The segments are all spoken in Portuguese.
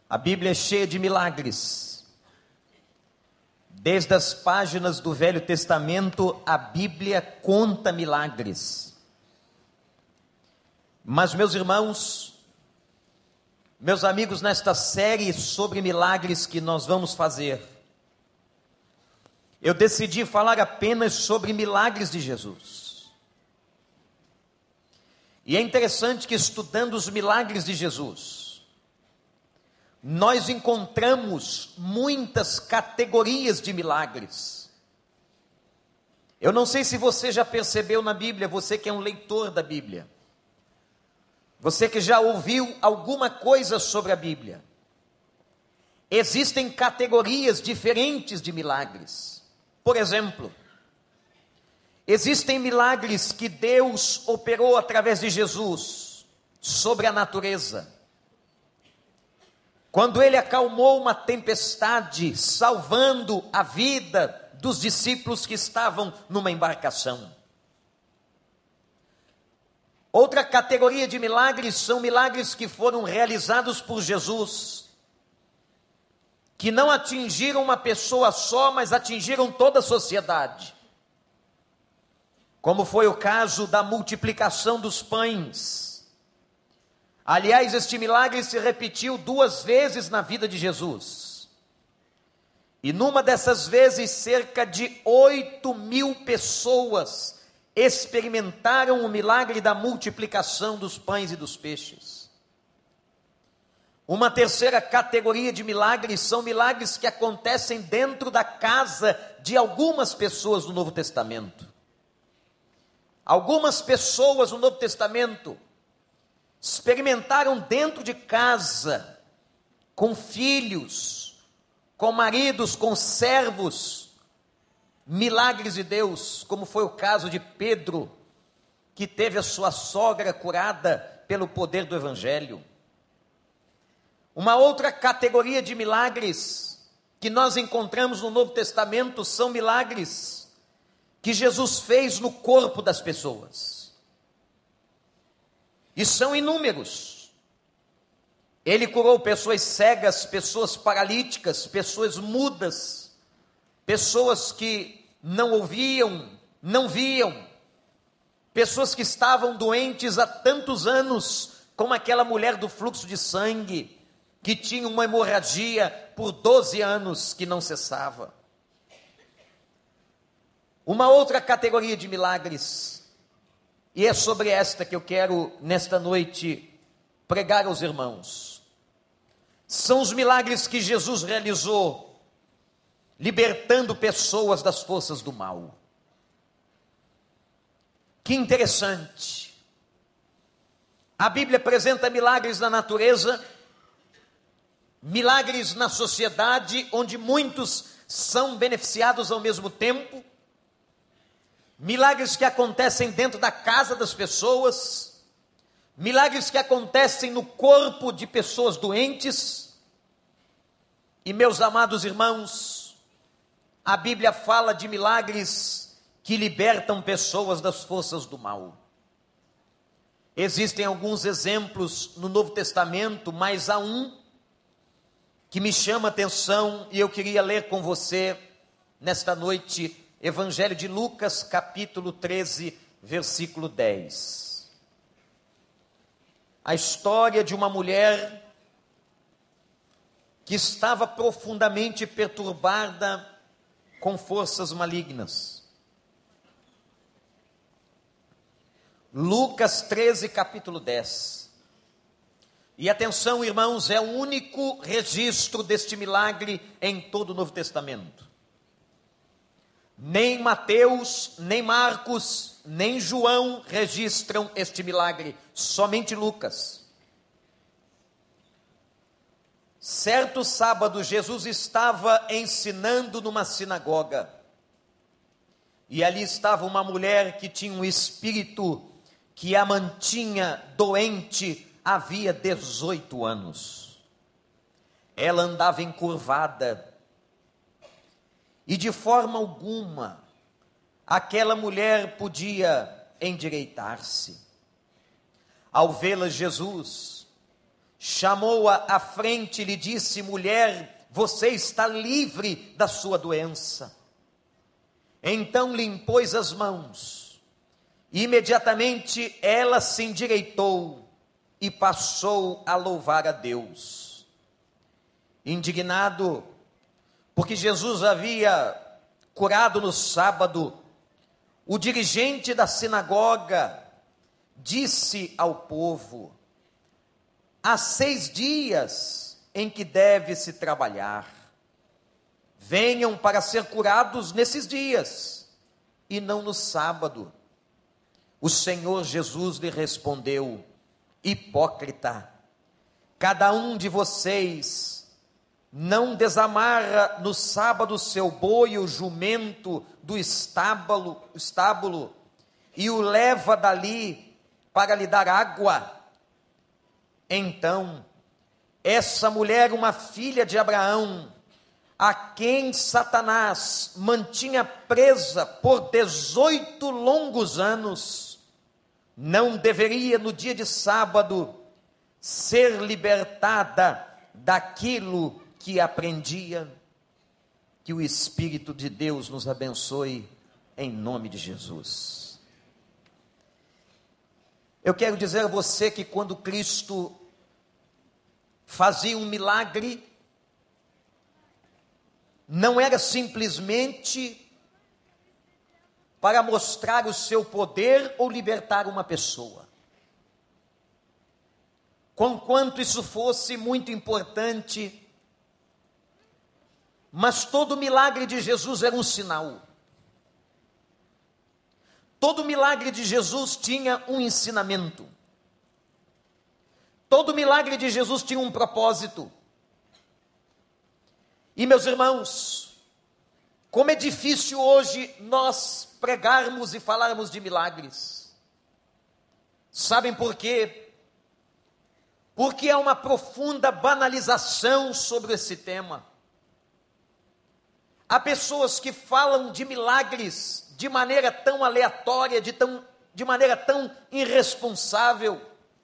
A Bíblia é cheia de milagres. Desde as páginas do Velho Testamento, a Bíblia conta milagres. Mas, meus irmãos, meus amigos, nesta série sobre milagres que nós vamos fazer, eu decidi falar apenas sobre milagres de Jesus. E é interessante que, estudando os milagres de Jesus, nós encontramos muitas categorias de milagres. Eu não sei se você já percebeu na Bíblia, você que é um leitor da Bíblia, você que já ouviu alguma coisa sobre a Bíblia, existem categorias diferentes de milagres. Por exemplo, existem milagres que Deus operou através de Jesus sobre a natureza. Quando ele acalmou uma tempestade, salvando a vida dos discípulos que estavam numa embarcação. Outra categoria de milagres são milagres que foram realizados por Jesus, que não atingiram uma pessoa só, mas atingiram toda a sociedade. Como foi o caso da multiplicação dos pães. Aliás, este milagre se repetiu 2 vezes na vida de Jesus. E numa dessas vezes, cerca de 8.000 pessoas experimentaram o milagre da multiplicação dos pães e dos peixes. Uma terceira categoria de milagres são milagres que acontecem dentro da casa de algumas pessoas do Novo Testamento. Algumas pessoas no Novo Testamento experimentaram dentro de casa, com filhos, com maridos, com servos, milagres de Deus, como foi o caso de Pedro, que teve a sua sogra curada pelo poder do Evangelho. Uma outra categoria de milagres que nós encontramos no Novo Testamento são milagres que Jesus fez no corpo das pessoas. E são inúmeros. Ele curou pessoas cegas, pessoas paralíticas, pessoas mudas, pessoas que não ouviam, não viam, pessoas que estavam doentes há tantos anos, como aquela mulher do fluxo de sangue, que tinha uma hemorragia por 12 anos que não cessava. Uma outra categoria de milagres, e é sobre esta que eu quero, nesta noite, pregar aos irmãos. São os milagres que Jesus realizou, libertando pessoas das forças do mal. Que interessante. A Bíblia apresenta milagres na natureza, milagres na sociedade, onde muitos são beneficiados ao mesmo tempo, milagres que acontecem dentro da casa das pessoas, milagres que acontecem no corpo de pessoas doentes. E, meus amados irmãos, a Bíblia fala de milagres que libertam pessoas das forças do mal. Existem alguns exemplos no Novo Testamento, mas há um que me chama a atenção e eu queria ler com você nesta noite. Evangelho de Lucas, capítulo 13, versículo 10. A história de uma mulher que estava profundamente perturbada com forças malignas. Lucas 13, capítulo 10. E atenção, irmãos, é o único registro deste milagre em todo o Novo Testamento. Nem Mateus, nem Marcos, nem João registram este milagre, somente Lucas. Certo sábado, Jesus estava ensinando numa sinagoga, e ali estava uma mulher que tinha um espírito que a mantinha doente havia 18 anos. Ela andava encurvada, e de forma alguma aquela mulher podia endireitar-se. Ao vê-la, Jesus chamou-a à frente e lhe disse: mulher, você está livre da sua doença. Então lhe impôs as mãos, e imediatamente ela se endireitou e passou a louvar a Deus. Indignado, porque Jesus havia curado no sábado, o dirigente da sinagoga disse ao povo: há 6 dias em que deve-se trabalhar. Venham para ser curados nesses dias, e não no sábado. O Senhor Jesus lhe respondeu: hipócrita, cada um de vocês não desamarra no sábado seu boi ou jumento do estábulo e o leva dali para lhe dar água. Então, essa mulher, uma filha de Abraão, a quem Satanás mantinha presa por 18 longos anos, não deveria no dia de sábado ser libertada daquilo que aprendia? Que o Espírito de Deus nos abençoe em nome de Jesus. Eu quero dizer a você que quando Cristo fazia um milagre, não era simplesmente para mostrar o seu poder ou libertar uma pessoa. Conquanto isso fosse muito importante, mas todo milagre de Jesus era um sinal. Todo milagre de Jesus tinha um ensinamento. Todo milagre de Jesus tinha um propósito. E meus irmãos, como é difícil hoje nós pregarmos e falarmos de milagres. Sabem por quê? Porque há uma profunda banalização sobre esse tema. Há pessoas que falam de milagres de maneira tão aleatória, de maneira tão irresponsável.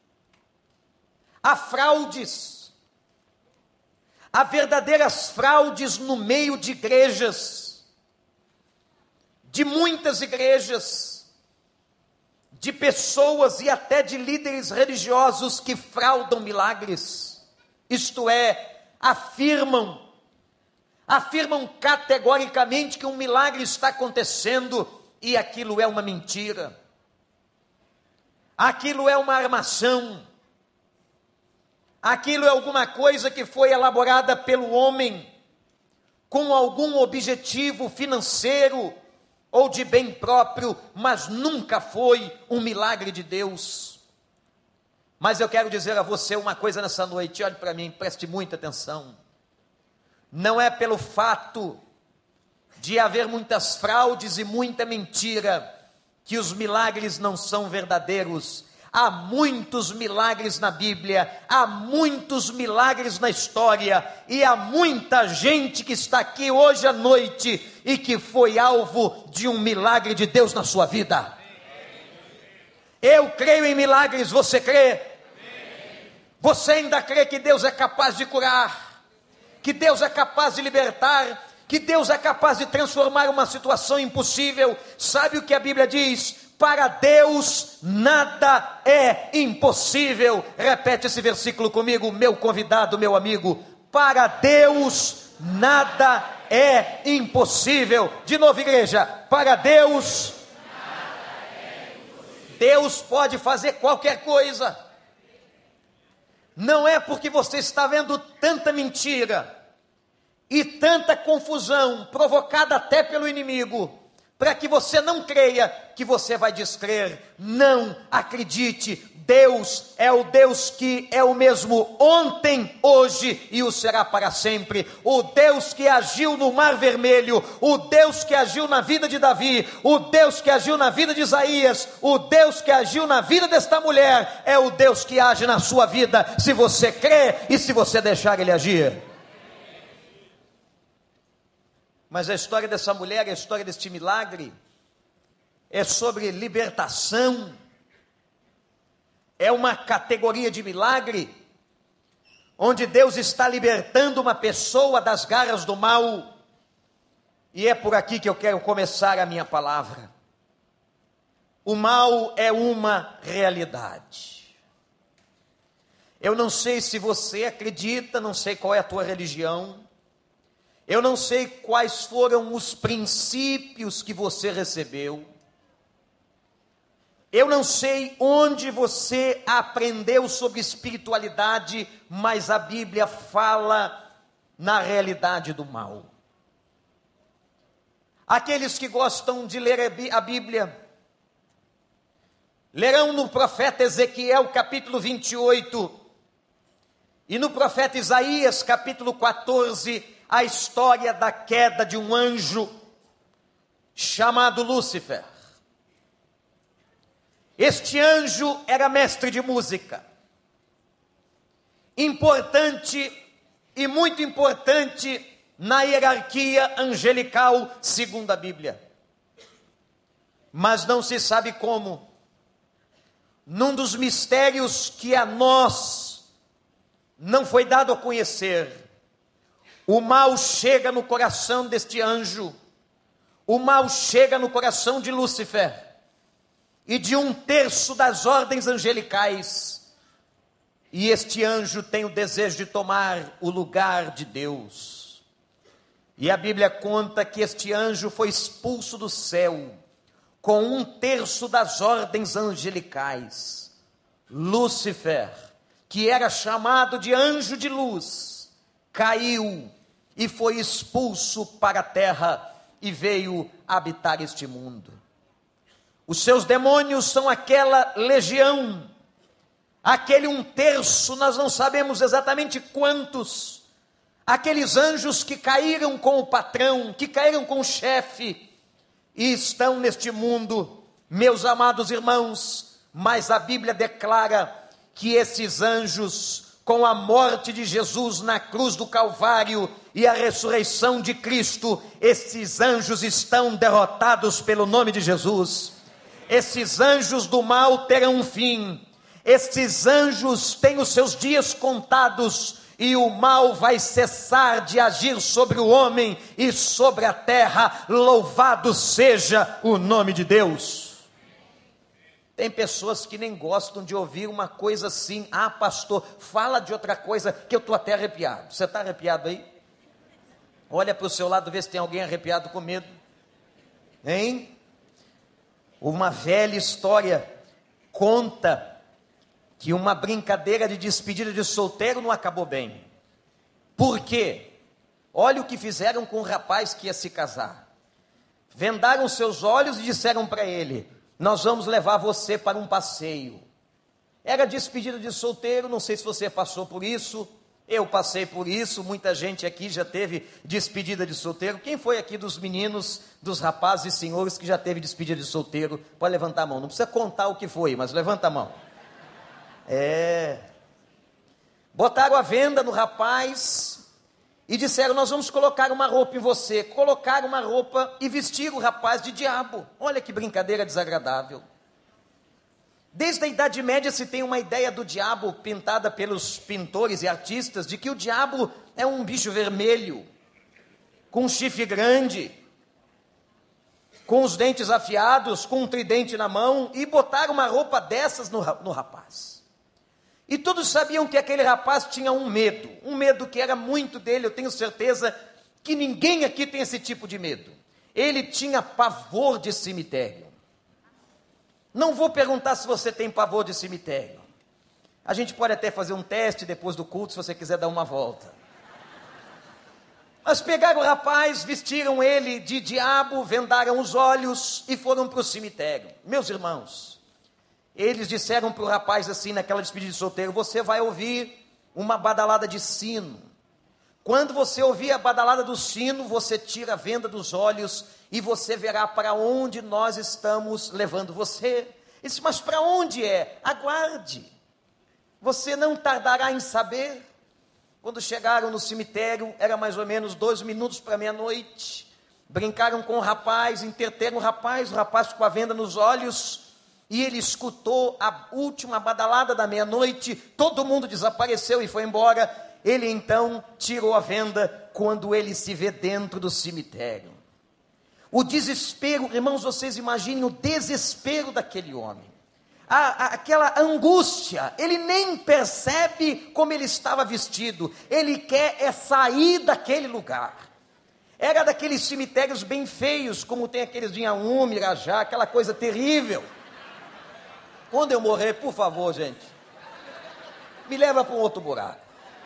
Há fraudes. Há verdadeiras fraudes no meio de igrejas, de muitas igrejas, de pessoas e até de líderes religiosos que fraudam milagres. Isto é, afirmam categoricamente que um milagre está acontecendo e aquilo é uma mentira. Aquilo é uma armação. Aquilo é alguma coisa que foi elaborada pelo homem com algum objetivo financeiro ou de bem próprio, mas nunca foi um milagre de Deus. Mas eu quero dizer a você uma coisa nessa noite, olhe para mim, preste muita atenção. Não é pelo fato de haver muitas fraudes e muita mentira que os milagres não são verdadeiros. Há muitos milagres na Bíblia, há muitos milagres na história, e há muita gente que está aqui hoje à noite e que foi alvo de um milagre de Deus na sua vida. Eu creio em milagres, você crê? Você ainda crê que Deus é capaz de curar, que Deus é capaz de libertar, que Deus é capaz de transformar uma situação impossível? Sabe o que a Bíblia diz? Para Deus nada é impossível. Repete esse versículo comigo, meu convidado, meu amigo. Para Deus nada é impossível. De novo, igreja. Para Deus nada é impossível. Deus pode fazer qualquer coisa. Não é porque você está vendo tanta mentira e tanta confusão provocada até pelo inimigo, para que você não creia, que você vai descrer. Não acredite. Deus é o Deus que é o mesmo ontem, hoje e o será para sempre. O Deus que agiu no Mar Vermelho, o Deus que agiu na vida de Davi, o Deus que agiu na vida de Isaías, o Deus que agiu na vida desta mulher, é o Deus que age na sua vida, se você crê e se você deixar Ele agir. Mas a história dessa mulher, a história deste milagre, é sobre libertação. É uma categoria de milagre onde Deus está libertando uma pessoa das garras do mal, e é por aqui que eu quero começar a minha palavra. O mal é uma realidade. Eu não sei se você acredita, não sei qual é a tua religião, eu não sei quais foram os princípios que você recebeu, eu não sei onde você aprendeu sobre espiritualidade, mas a Bíblia fala na realidade do mal. Aqueles que gostam de ler a Bíblia, lerão no profeta Ezequiel, capítulo 28, e no profeta Isaías, capítulo 14, a história da queda de um anjo chamado Lúcifer. Este anjo era mestre de música, importante e muito importante na hierarquia angelical, segundo a Bíblia. Mas não se sabe como, num dos mistérios que a nós não foi dado a conhecer, o mal chega no coração deste anjo, o mal chega no coração de Lúcifer, e de 1/3 das ordens angelicais, e este anjo tem o desejo de tomar o lugar de Deus, e a Bíblia conta que este anjo foi expulso do céu, com 1/3 das ordens angelicais. Lúcifer, que era chamado de anjo de luz, caiu e foi expulso para a terra, e veio habitar este mundo. Os seus demônios são aquela legião, aquele 1/3, nós não sabemos exatamente quantos, aqueles anjos que caíram com o patrão, que caíram com o chefe, e estão neste mundo, meus amados irmãos, mas a Bíblia declara que esses anjos, com a morte de Jesus na cruz do Calvário e a ressurreição de Cristo, esses anjos estão derrotados pelo nome de Jesus. Esses anjos do mal terão um fim, esses anjos têm os seus dias contados, e o mal vai cessar de agir sobre o homem e sobre a terra. Louvado seja o nome de Deus. Tem pessoas que nem gostam de ouvir uma coisa assim. Ah, pastor, fala de outra coisa, que eu estou até arrepiado. Você está arrepiado aí? Olha para o seu lado, vê se tem alguém arrepiado com medo. Hein? Uma velha história conta que uma brincadeira de despedida de solteiro não acabou bem. Por quê? Olha o que fizeram com o rapaz que ia se casar. Vendaram seus olhos e disseram para ele: nós vamos levar você para um passeio. Era despedida de solteiro, não sei se você passou por isso, eu passei por isso, muita gente aqui já teve despedida de solteiro. Quem foi aqui dos meninos, dos rapazes e senhores que já teve despedida de solteiro? Pode levantar a mão, não precisa contar o que foi, mas levanta a mão. Botaram a venda no rapaz e disseram: nós vamos colocar uma roupa em você. Colocaram uma roupa e vestiram o rapaz de diabo. Olha que brincadeira desagradável. Desde a Idade Média se tem uma ideia do diabo pintada pelos pintores e artistas, de que o diabo é um bicho vermelho, com um chifre grande, com os dentes afiados, com um tridente na mão, e botaram uma roupa dessas no rapaz. E todos sabiam que aquele rapaz tinha um medo que era muito dele. Eu tenho certeza que ninguém aqui tem esse tipo de medo. Ele tinha pavor de cemitério. Não vou perguntar se você tem pavor de cemitério. A gente pode até fazer um teste depois do culto, se você quiser dar uma volta. Mas pegaram o rapaz, vestiram ele de diabo, vendaram os olhos e foram para o cemitério. Meus irmãos, eles disseram para o rapaz assim, naquela despedida de solteiro: você vai ouvir uma badalada de sino. Quando você ouvir a badalada do sino, você tira a venda dos olhos e você verá para onde nós estamos levando você. Ele disse: mas para onde é? Aguarde, você não tardará em saber. Quando chegaram no cemitério, era mais ou menos 2 minutos para meia-noite. Brincaram com o rapaz, entreteram o rapaz com a venda nos olhos, e ele escutou a última badalada da meia-noite. Todo mundo desapareceu e foi embora. Ele então tirou a venda quando ele se vê dentro do cemitério. O desespero, irmãos, vocês imaginem o desespero daquele homem. Aquela angústia, ele nem percebe como ele estava vestido, ele quer sair daquele lugar. Era daqueles cemitérios bem feios, como tem aqueles de Inhaúma, Irajá, aquela coisa terrível. Quando eu morrer, por favor, gente, me leva para um outro buraco.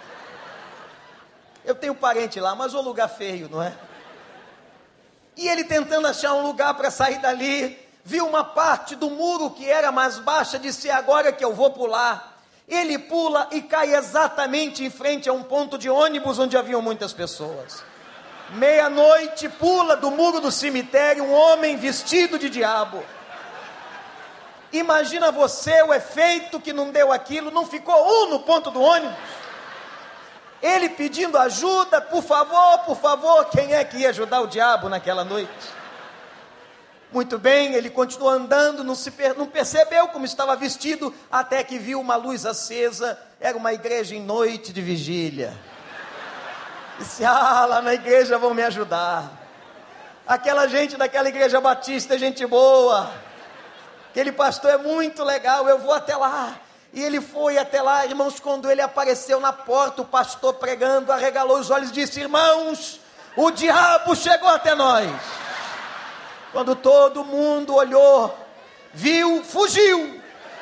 Eu tenho parente lá, mas um lugar feio, não é? E ele tentando achar um lugar para sair dali, viu uma parte do muro que era mais baixa, disse, agora que eu vou pular. Ele pula e cai exatamente em frente a um ponto de ônibus onde haviam muitas pessoas. Meia-noite, pula do muro do cemitério um homem vestido de diabo. Imagina você o efeito que não deu aquilo, não ficou no ponto do ônibus. Ele pedindo ajuda, por favor, quem é que ia ajudar o diabo naquela noite? Muito bem, ele continuou andando, não percebeu como estava vestido, até que viu uma luz acesa, era uma igreja em noite de vigília. Disse, lá na igreja vão me ajudar. Aquela gente daquela igreja batista é gente boa. Aquele pastor é muito legal, eu vou até lá. E ele foi até lá, irmãos, quando ele apareceu na porta, o pastor pregando, arregalou os olhos e disse, irmãos, o diabo chegou até nós. Quando todo mundo olhou, viu, fugiu.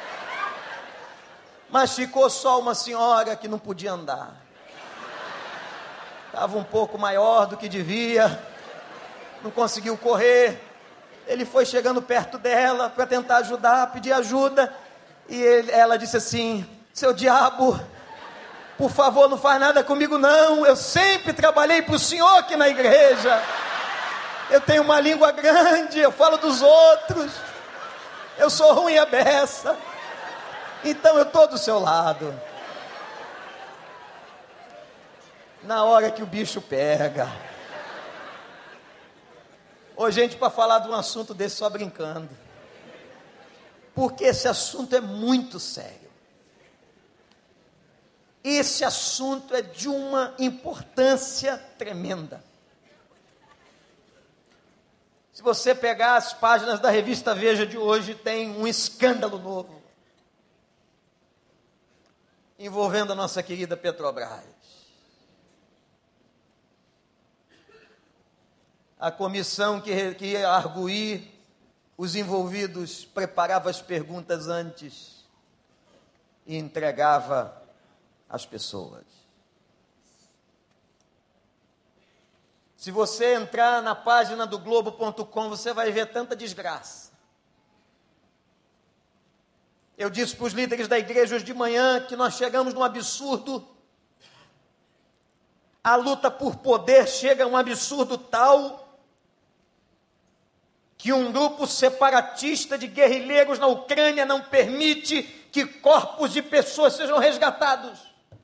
Mas ficou só uma senhora que não podia andar. Estava um pouco maior do que devia, não conseguiu correr. Ele foi chegando perto dela para tentar ajudar, pedir ajuda. E ela disse assim, seu diabo, por favor, não faz nada comigo não. Eu sempre trabalhei para o senhor aqui na igreja. Eu tenho uma língua grande, eu falo dos outros. Eu sou ruim à beça. Então eu estou do seu lado. Na hora que o bicho pega. Ô gente, para falar de um assunto desse só brincando. Porque esse assunto é muito sério. Esse assunto é de uma importância tremenda. Se você pegar as páginas da revista Veja de hoje, tem um escândalo novo. Envolvendo a nossa querida Petrobras. A comissão que ia arguir, os envolvidos preparava as perguntas antes e entregava às pessoas. Se você entrar na página do Globo.com, você vai ver tanta desgraça. Eu disse para os líderes da igreja hoje de manhã que nós chegamos num absurdo. A luta por poder chega a um absurdo tal que um grupo separatista de guerrilheiros na Ucrânia não permite que corpos de pessoas sejam resgatados.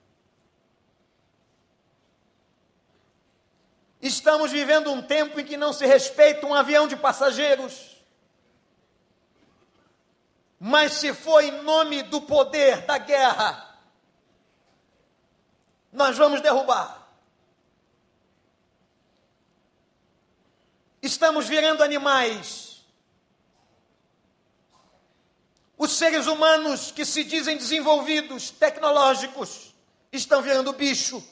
Estamos vivendo um tempo em que não se respeita um avião de passageiros. Mas se for em nome do poder, da guerra, nós vamos derrubar. Estamos virando animais. Os seres humanos que se dizem desenvolvidos, tecnológicos, estão virando bicho.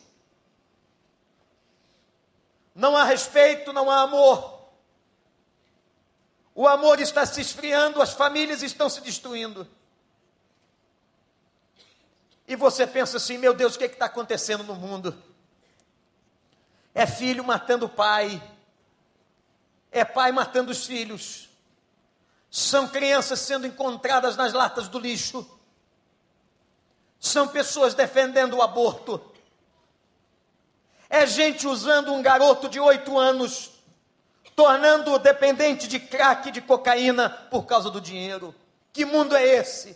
Não há respeito, não há amor. O amor está se esfriando, as famílias estão se destruindo. E você pensa assim, meu Deus, o que está acontecendo no mundo? É filho matando pai. É pai matando os filhos. São crianças sendo encontradas nas latas do lixo. São pessoas defendendo o aborto. É gente usando um garoto de 8 anos, tornando-o dependente de crack, de cocaína, por causa do dinheiro. Que mundo é esse?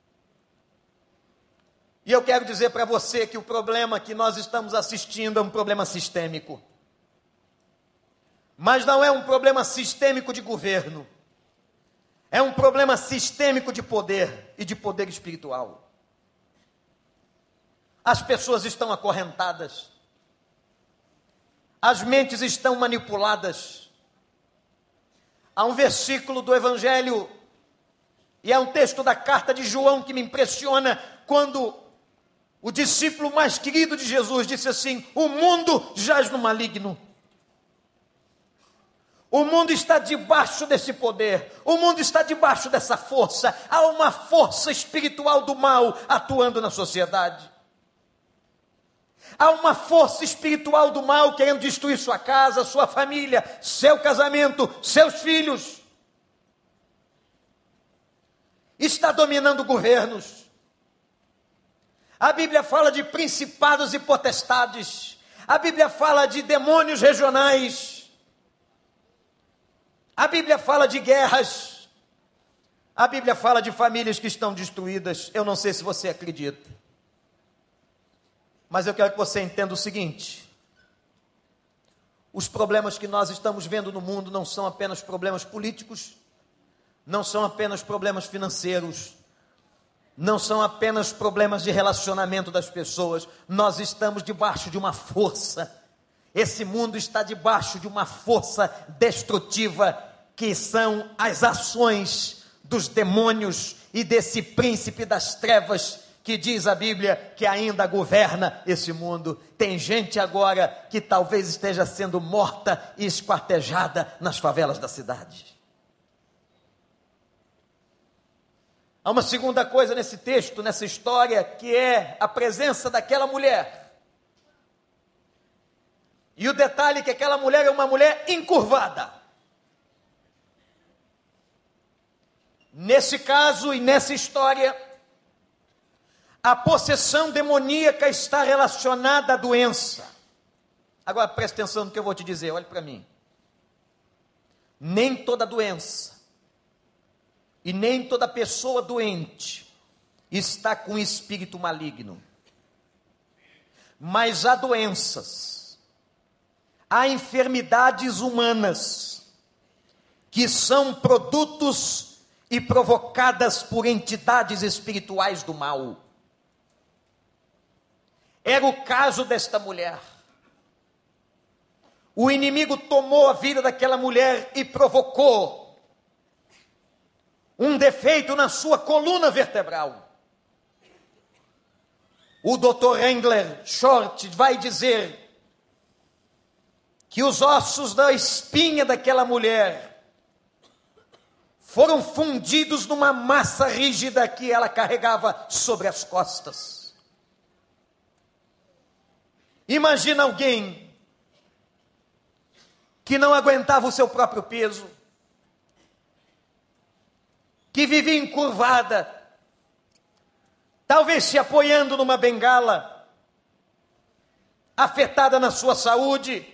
E eu quero dizer para você que o problema que nós estamos assistindo é um problema sistêmico. Mas não é um problema sistêmico de governo. É um problema sistêmico de poder e de poder espiritual. As pessoas estão acorrentadas, as mentes estão manipuladas. Há um versículo do Evangelho, e é um texto da carta de João que me impressiona, quando o discípulo mais querido de Jesus disse assim: o mundo jaz no maligno. O mundo está debaixo desse poder, o mundo está debaixo dessa força. Há uma força espiritual do mal atuando na sociedade. Há uma força espiritual do mal querendo destruir sua casa, sua família, seu casamento, seus filhos. Está dominando governos. A Bíblia fala de principados e potestades. A Bíblia fala de demônios regionais. A Bíblia fala de guerras. A Bíblia fala de famílias que estão destruídas. Eu não sei se você acredita, mas eu quero que você entenda o seguinte: os problemas que nós estamos vendo no mundo não são apenas problemas políticos, não são apenas problemas financeiros, não são apenas problemas de relacionamento das pessoas. Nós estamos debaixo de uma força. Esse mundo está debaixo de uma força destrutiva, que são as ações dos demônios e desse príncipe das trevas, que diz a Bíblia que ainda governa esse mundo. Tem gente agora que talvez esteja sendo morta e esquartejada nas favelas da cidade. Há uma segunda coisa nesse texto, nessa história, que é a presença daquela mulher. E o detalhe é que aquela mulher é uma mulher encurvada. Nesse caso e nessa história, a possessão demoníaca está relacionada à doença. Agora preste atenção no que eu vou te dizer, olhe para mim. Nem toda doença e nem toda pessoa doente está com espírito maligno. Mas há doenças, há enfermidades humanas que são produtos e provocadas por entidades espirituais do mal. Era o caso desta mulher. O inimigo tomou a vida daquela mulher e provocou um defeito na sua coluna vertebral. O Dr. Engler Short vai dizer que os ossos da espinha daquela mulher foram fundidos numa massa rígida que ela carregava sobre as costas. Imagina alguém que não aguentava o seu próprio peso, que vivia encurvada, talvez se apoiando numa bengala, afetada na sua saúde.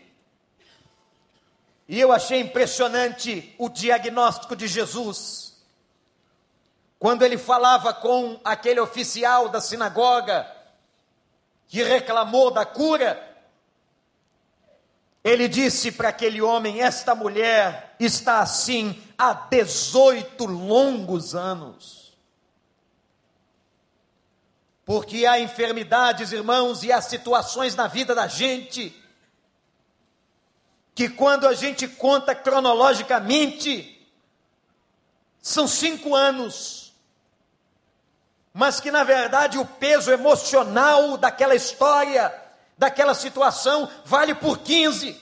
E eu achei impressionante o diagnóstico de Jesus, quando ele falava com aquele oficial da sinagoga, que reclamou da cura. Ele disse para aquele homem: esta mulher está assim há 18 longos anos. Porque há enfermidades, irmãos, e há situações na vida da gente, que quando a gente conta cronologicamente, são 5 anos, mas que na verdade o peso emocional daquela história, daquela situação, vale por 15.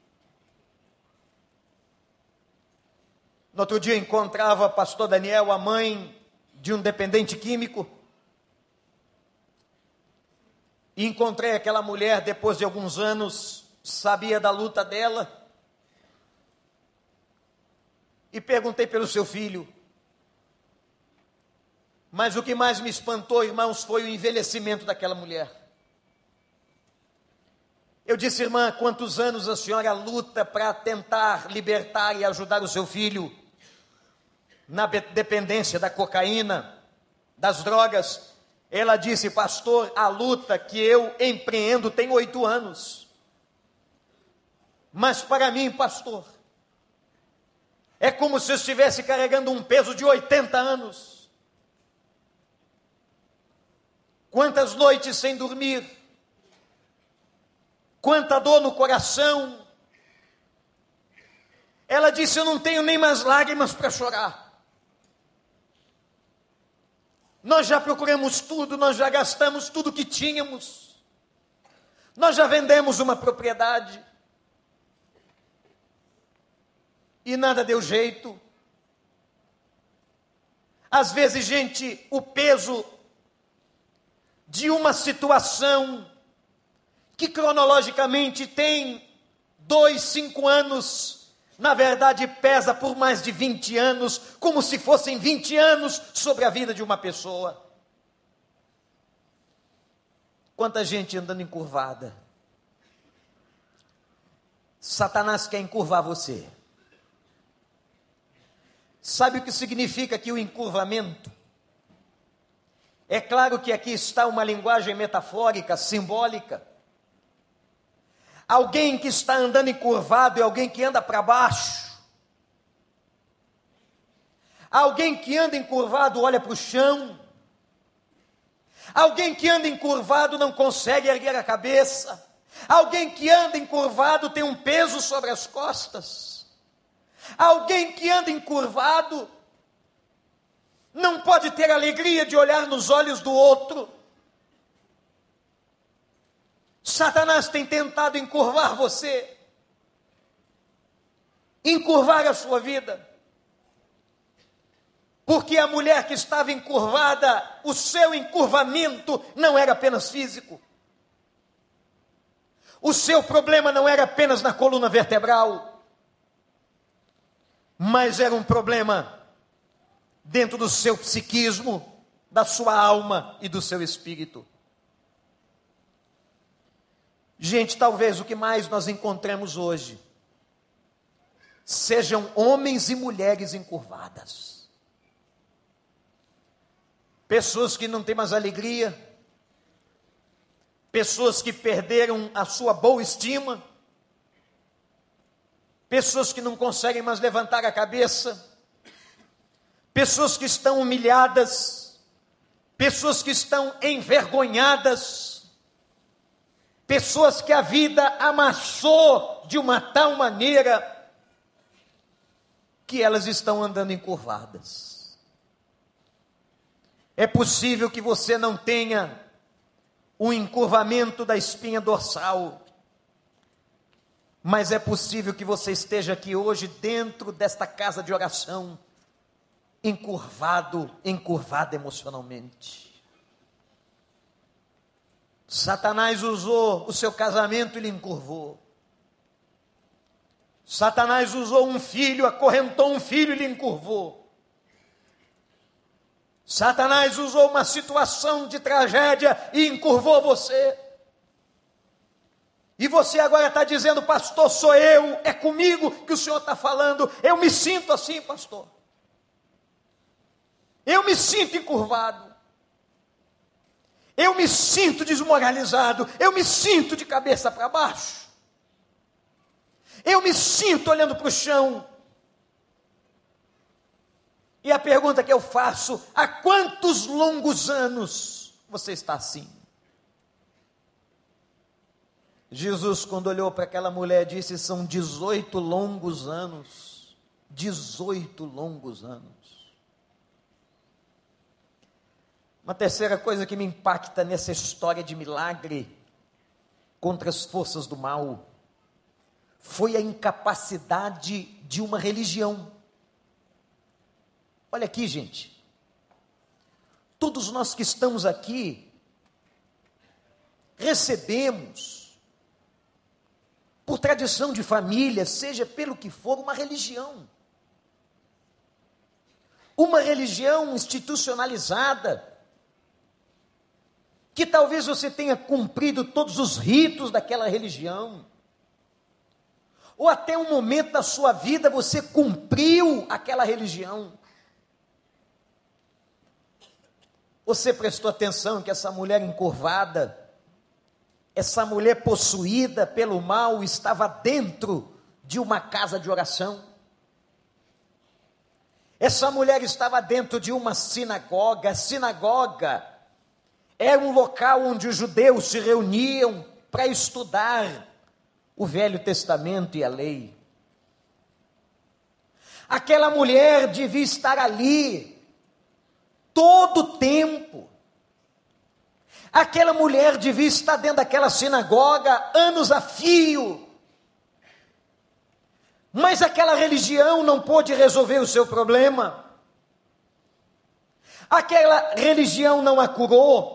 No outro dia eu encontrava pastor Daniel, a mãe de um dependente químico, e encontrei aquela mulher depois de alguns anos, sabia da luta dela, e perguntei pelo seu filho. Mas o que mais me espantou, irmãos, foi o envelhecimento daquela mulher. Eu disse: irmã, quantos anos a senhora luta para tentar libertar e ajudar o seu filho na dependência da cocaína, das drogas? Ela disse: pastor, a luta que eu empreendo tem 8 anos. Mas para mim, pastor, é como se eu estivesse carregando um peso de 80 anos. Quantas noites sem dormir, quanta dor no coração. Ela disse: eu não tenho nem mais lágrimas para chorar. Nós já procuramos tudo, nós já gastamos tudo que tínhamos, nós já vendemos uma propriedade, e nada deu jeito. Às vezes, gente, o peso de uma situação que cronologicamente tem 2, 5 anos, na verdade pesa por mais de 20 anos, como se fossem 20 anos sobre a vida de uma pessoa. Quanta gente andando encurvada. Satanás quer encurvar você. Sabe o que significa aqui o encurvamento? É claro que aqui está uma linguagem metafórica, simbólica. Alguém que está andando encurvado é alguém que anda para baixo. Alguém que anda encurvado olha para o chão. Alguém que anda encurvado não consegue erguer a cabeça. Alguém que anda encurvado tem um peso sobre as costas. Alguém que anda encurvado não pode ter alegria de olhar nos olhos do outro. Satanás tem tentado encurvar você, encurvar a sua vida, porque a mulher que estava encurvada, o seu encurvamento não era apenas físico, o seu problema não era apenas na coluna vertebral, mas era um problema dentro do seu psiquismo, da sua alma e do seu espírito. Gente, talvez o que mais nós encontremos hoje sejam homens e mulheres encurvadas. Pessoas que não têm mais alegria, pessoas que perderam a sua boa estima, pessoas que não conseguem mais levantar a cabeça, pessoas que estão humilhadas, pessoas que estão envergonhadas, pessoas que a vida amassou de uma tal maneira que elas estão andando encurvadas. É possível que você não tenha um encurvamento da espinha dorsal, mas é possível que você esteja aqui hoje dentro desta casa de oração, encurvado emocionalmente. Satanás usou o seu casamento e lhe encurvou. Satanás usou um filho, acorrentou um filho e lhe encurvou. Satanás usou uma situação de tragédia e encurvou você. E você agora está dizendo: pastor, sou eu, é comigo que o senhor está falando. Eu me sinto assim, pastor. Eu me sinto encurvado. Eu me sinto desmoralizado, eu me sinto de cabeça para baixo, eu me sinto olhando para o chão. E a pergunta que eu faço: há quantos longos anos você está assim? Jesus, quando olhou para aquela mulher, disse: são 18 longos anos, 18 longos anos. Uma terceira coisa que me impacta nessa história de milagre contra as forças do mal foi a incapacidade de uma religião. Olha aqui, gente. Todos nós que estamos aqui recebemos, por tradição de família, seja pelo que for, uma religião. Uma religião institucionalizada, que talvez você tenha cumprido todos os ritos daquela religião, ou até um momento da sua vida você cumpriu aquela religião. Você prestou atenção que essa mulher encurvada, essa mulher possuída pelo mal, estava dentro de uma casa de oração? Essa mulher estava dentro de uma sinagoga. Sinagoga Era um local onde os judeus se reuniam para estudar o Velho Testamento e a lei. Aquela mulher devia estar ali todo o tempo. Aquela mulher devia estar dentro daquela sinagoga anos a fio. Mas aquela religião não pôde resolver o seu problema. Aquela religião não a curou.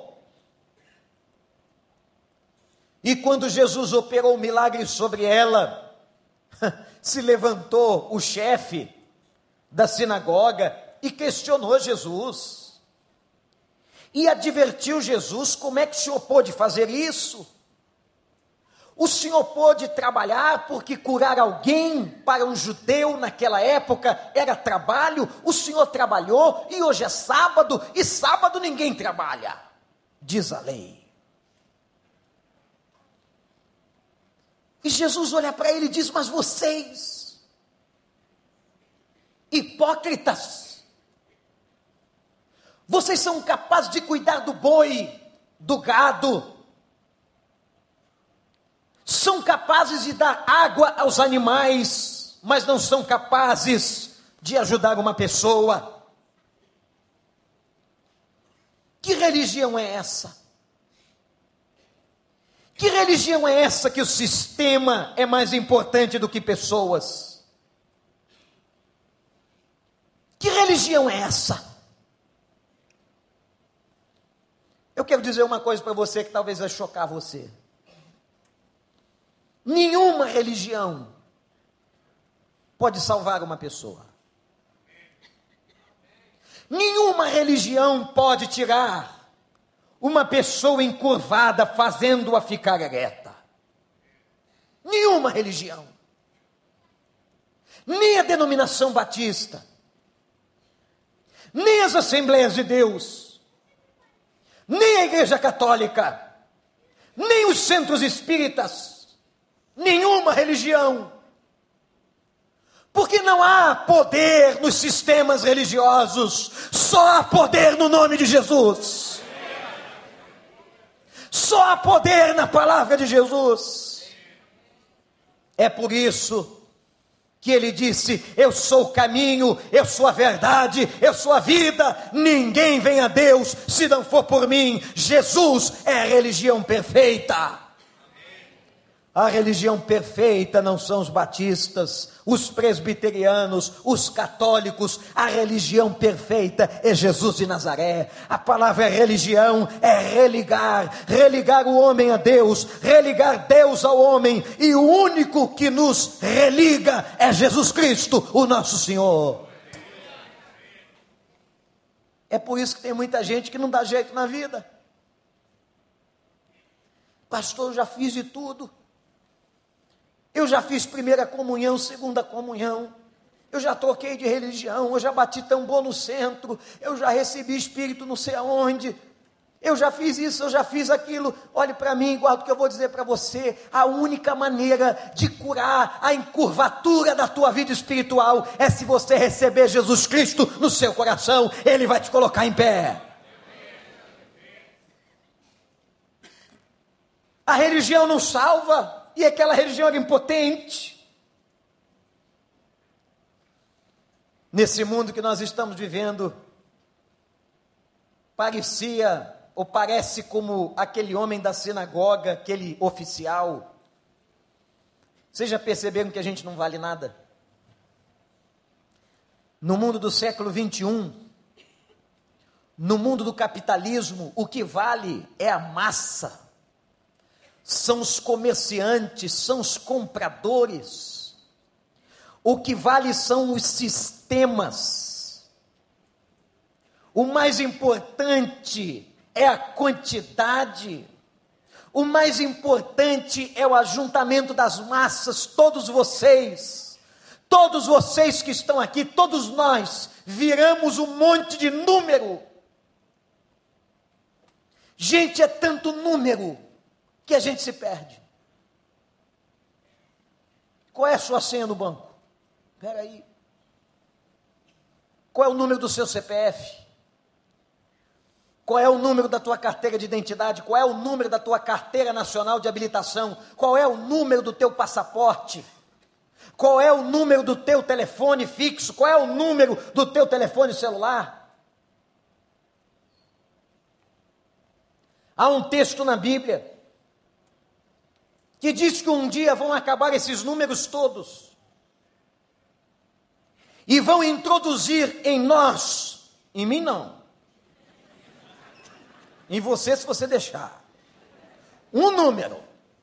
E quando Jesus operou o milagre sobre ela, se levantou o chefe da sinagoga e questionou Jesus. E advertiu Jesus: como é que o senhor pôde fazer isso? O senhor pôde trabalhar, porque curar alguém para um judeu naquela época era trabalho. O senhor trabalhou e hoje é sábado, e sábado ninguém trabalha, diz a lei. E Jesus olha para ele e diz: mas vocês, hipócritas, vocês são capazes de cuidar do boi, do gado, são capazes de dar água aos animais, mas não são capazes de ajudar uma pessoa. Que religião é essa? Que religião é essa que o sistema é mais importante do que pessoas? Que religião é essa? Eu quero dizer uma coisa para você que talvez vai chocar você. Nenhuma religião pode salvar uma pessoa. Nenhuma religião pode tirar uma pessoa encurvada, fazendo-a ficar ereta. Nenhuma religião. Nem a denominação batista, nem as Assembleias de Deus, nem a Igreja Católica, nem os centros espíritas, nenhuma religião. Porque não há poder nos sistemas religiosos, só há poder no nome de Jesus. Só há poder na palavra de Jesus. É por isso que ele disse: eu sou o caminho, eu sou a verdade, eu sou a vida, ninguém vem a Deus se não for por mim. Jesus é a religião perfeita. A religião perfeita não são os batistas, os presbiterianos, os católicos. A religião perfeita é Jesus de Nazaré. A palavra religião é religar o homem a Deus, religar Deus ao homem, e o único que nos religa é Jesus Cristo, o nosso Senhor. É por isso que tem muita gente que não dá jeito na vida. Pastor, eu já fiz de tudo. Eu já fiz primeira comunhão, segunda comunhão, eu já troquei de religião, eu já bati tambor no centro, eu já recebi espírito não sei aonde, eu já fiz isso, eu já fiz aquilo. Olhe para mim, guarda o que eu vou dizer para você: a única maneira de curar a encurvatura da tua vida espiritual é se você receber Jesus Cristo no seu coração. Ele vai te colocar em pé. A religião não salva. E aquela religião era impotente. Nesse mundo que nós estamos vivendo, parecia ou parece como aquele homem da sinagoga, aquele oficial. Vocês já perceberam que a gente não vale nada? No mundo do século 21, no mundo do capitalismo, o que vale é a massa. São os comerciantes, são os compradores. O que vale são os sistemas. O mais importante é a quantidade. O mais importante é o ajuntamento das massas. Todos vocês que estão aqui, todos nós, viramos um monte de número. Gente, é tanto número que a gente se perde. Qual é a sua senha no banco? Espera aí. Qual é o número do seu CPF? Qual é o número da tua carteira de identidade? Qual é o número da tua carteira nacional de habilitação? Qual é o número do teu passaporte? Qual é o número do teu telefone fixo? Qual é o número do teu telefone celular? Há um texto na Bíblia que diz que um dia vão acabar esses números todos e vão introduzir em nós, em mim não, em você, se você deixar, um número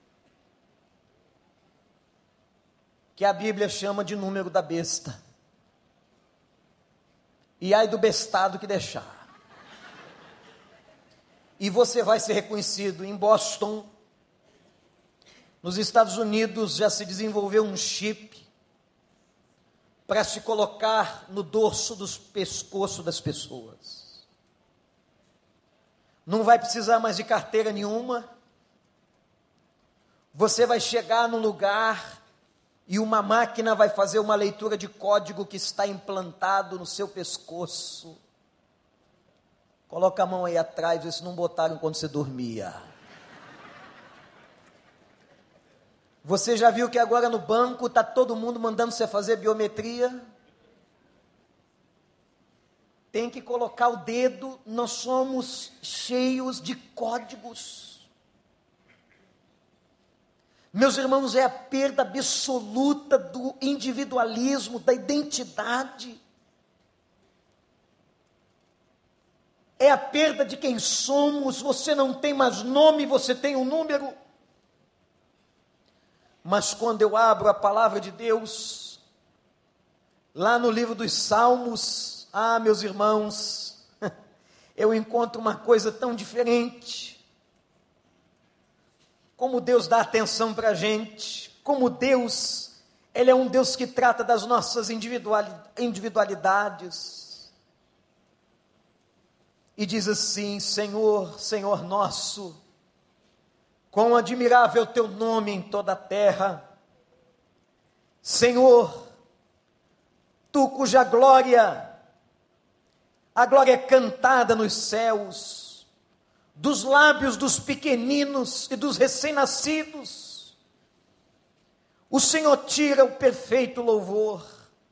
que a Bíblia chama de número da besta. E ai do bestado que deixar. E você vai ser reconhecido. Em Boston, nos Estados Unidos, já se desenvolveu um chip para se colocar no dorso dos pescoços das pessoas. Não vai precisar mais de carteira nenhuma. Você vai chegar num lugar e uma máquina vai fazer uma leitura de código que está implantado no seu pescoço. Coloca a mão aí atrás, vê se não botaram quando você dormia. Você já viu que agora no banco está todo mundo mandando você fazer biometria? Tem que colocar o dedo, nós somos cheios de códigos. Meus irmãos, é a perda absoluta do individualismo, da identidade. É a perda de quem somos. Você não tem mais nome, você tem um número. Mas quando eu abro a palavra de Deus, lá no livro dos Salmos, meus irmãos, eu encontro uma coisa tão diferente. Como Deus dá atenção para a gente, como Deus, Ele é um Deus que trata das nossas individualidades. E diz assim: Senhor, Senhor nosso, quão admirável teu nome em toda a terra. Senhor, tu cuja glória, a glória é cantada nos céus, dos lábios dos pequeninos e dos recém-nascidos, o Senhor tira o perfeito louvor.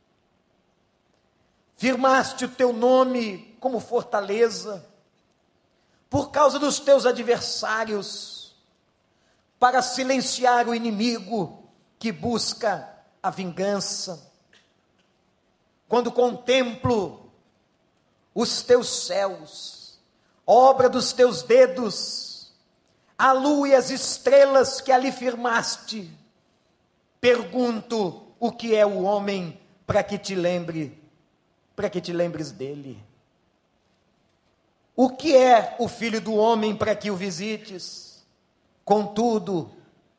Firmaste o teu nome como fortaleza, por causa dos teus adversários, para silenciar o inimigo que busca a vingança. Quando contemplo os teus céus, obra dos teus dedos, a lua e as estrelas que ali firmaste, pergunto: o que é o homem para que te lembres dele? O que é o filho do homem para que o visites? Contudo,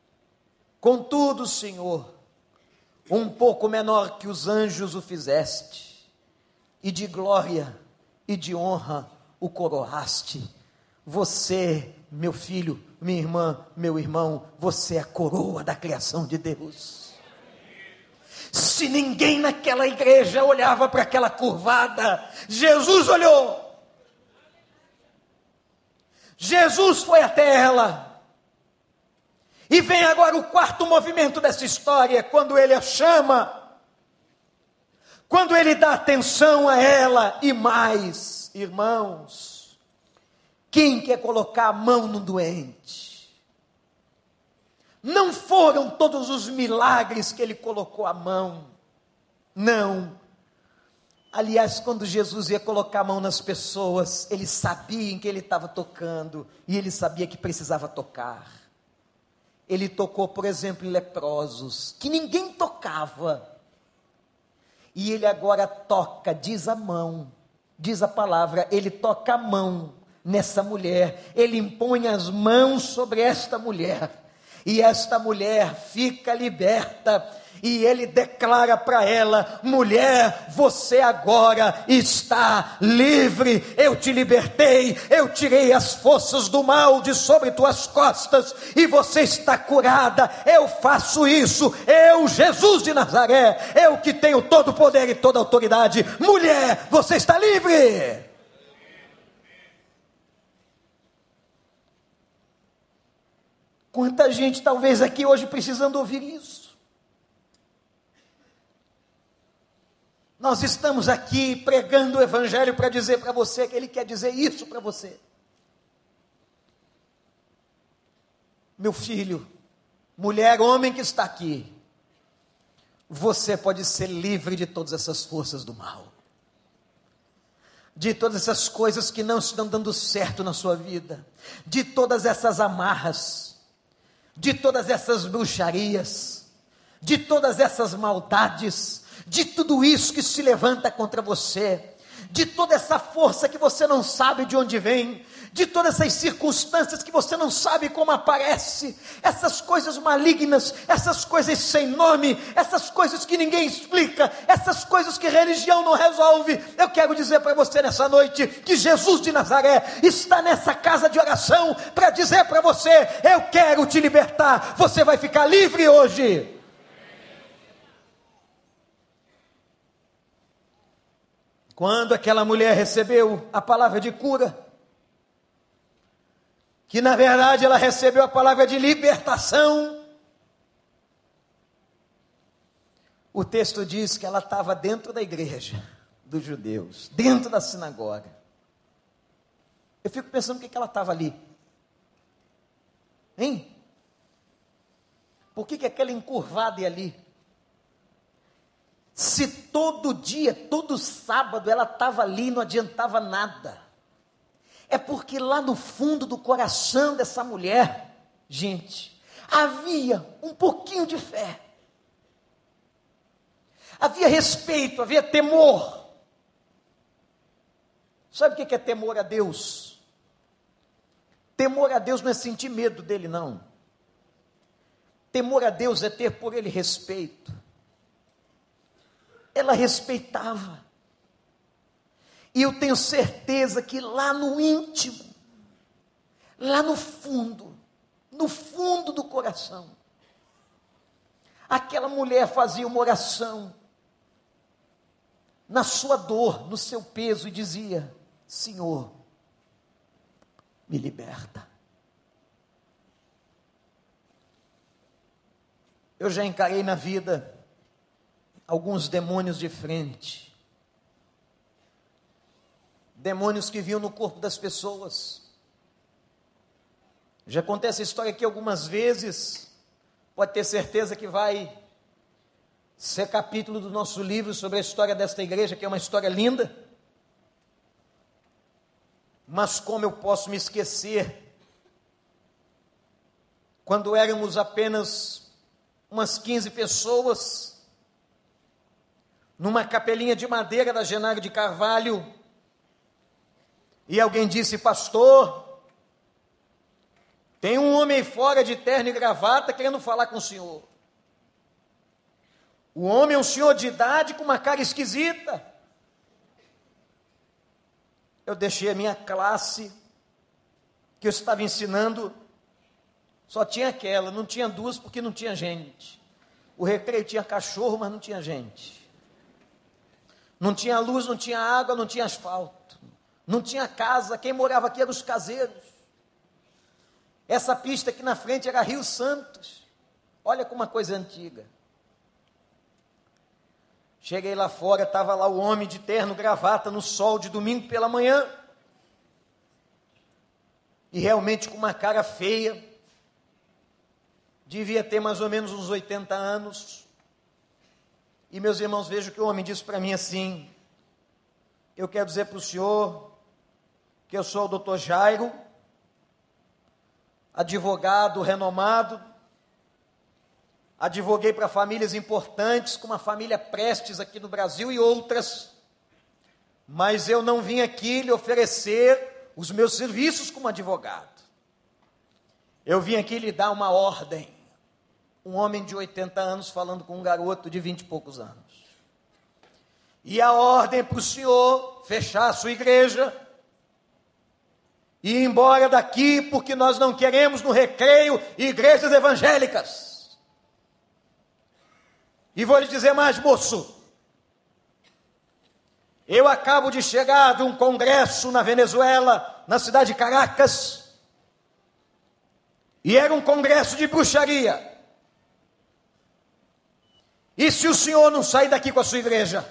Senhor, um pouco menor que os anjos o fizeste, e de glória e de honra o coroaste. Você, meu filho, minha irmã, meu irmão, você é a coroa da criação de Deus. Se ninguém naquela igreja olhava para aquela curvada, Jesus olhou. Jesus foi até ela. E vem agora o quarto movimento dessa história, quando ele a chama, quando ele dá atenção a ela. E mais, irmãos, quem quer colocar a mão no doente? Não foram todos os milagres que ele colocou a mão, não. Aliás, quando Jesus ia colocar a mão nas pessoas, ele sabia em que ele estava tocando, e ele sabia que precisava tocar. Ele tocou, por exemplo, em leprosos, que ninguém tocava, e ele agora toca, diz a mão, diz a palavra, ele toca a mão nessa mulher, ele impõe as mãos sobre esta mulher, e esta mulher fica liberta, e ele declara para ela: mulher, você agora está livre, eu te libertei, eu tirei as forças do mal de sobre tuas costas, e você está curada. Eu faço isso, eu, Jesus de Nazaré, eu que tenho todo o poder e toda a autoridade. Mulher, você está livre. Quanta gente talvez aqui hoje precisando ouvir isso. Nós estamos aqui pregando o Evangelho para dizer para você que Ele quer dizer isso para você. Meu filho, mulher, homem que está aqui, você pode ser livre de todas essas forças do mal, de todas essas coisas que não estão dando certo na sua vida, de todas essas amarras, de todas essas bruxarias, de todas essas maldades, de tudo isso que se levanta contra você, de toda essa força que você não sabe de onde vem, de todas essas circunstâncias que você não sabe como aparece, essas coisas malignas, essas coisas sem nome, essas coisas que ninguém explica, essas coisas que religião não resolve. Eu quero dizer para você nessa noite, que Jesus de Nazaré está nessa casa de oração, para dizer para você, eu quero te libertar, você vai ficar livre hoje. Quando aquela mulher recebeu a palavra de cura, que na verdade ela recebeu a palavra de libertação, o texto diz que ela estava dentro da igreja dos judeus, dentro da sinagoga. Eu fico pensando por que ela estava ali, hein? Por que aquela encurvada ia ali? Se todo dia, todo sábado ela estava ali, não adiantava nada. É porque lá no fundo do coração dessa mulher, gente, havia um pouquinho de fé. Havia respeito, havia temor. Sabe o que é temor a Deus? Temor a Deus não é sentir medo dele, não. Temor a Deus é ter por ele respeito. Ela respeitava. E eu tenho certeza que lá no íntimo, lá no fundo do coração, aquela mulher fazia uma oração, na sua dor, no seu peso, e dizia: Senhor, me liberta. Eu já encarei na vida alguns demônios de frente, demônios que vinham no corpo das pessoas. Já contei essa história aqui algumas vezes, pode ter certeza que vai ser capítulo do nosso livro sobre a história desta igreja, que é uma história linda. Mas como eu posso me esquecer, quando éramos apenas umas 15 pessoas, numa capelinha de madeira da Genário de Carvalho, e alguém disse: pastor, tem um homem fora de terno e gravata querendo falar com o senhor. O homem é um senhor de idade com uma cara esquisita. Eu deixei a minha classe, que eu estava ensinando, só tinha aquela, não tinha duas porque não tinha gente. O recreio tinha cachorro, mas não tinha gente. Não tinha luz, não tinha água, não tinha asfalto. Não tinha casa, quem morava aqui eram os caseiros. Essa pista aqui na frente era Rio Santos. Olha como uma coisa antiga. Cheguei lá fora, estava lá o homem de terno, gravata, no sol de domingo pela manhã. E realmente com uma cara feia. Devia ter mais ou menos uns 80 anos. E meus irmãos, vejam que o homem disse para mim assim: eu quero dizer para o senhor que eu sou o doutor Jairo, advogado renomado, advoguei para famílias importantes, como a família Prestes aqui no Brasil e outras, mas eu não vim aqui lhe oferecer os meus serviços como advogado. Eu vim aqui lhe dar uma ordem. Um homem de 80 anos falando com um garoto de 20 e poucos anos. E a ordem para o senhor fechar a sua igreja e ir embora daqui, porque nós não queremos no recreio igrejas evangélicas. E vou lhe dizer mais, moço. Eu acabo de chegar de um congresso na Venezuela, na cidade de Caracas. E era um congresso de bruxaria. E se o senhor não sair daqui com a sua igreja,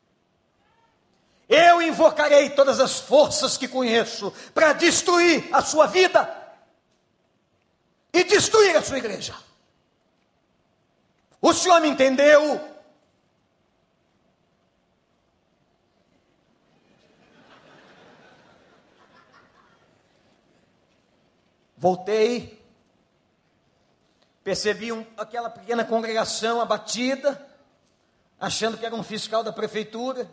eu invocarei todas as forças que conheço para destruir a sua vida e destruir a sua igreja. O senhor me entendeu? Voltei, percebi aquela pequena congregação abatida, achando que era um fiscal da prefeitura.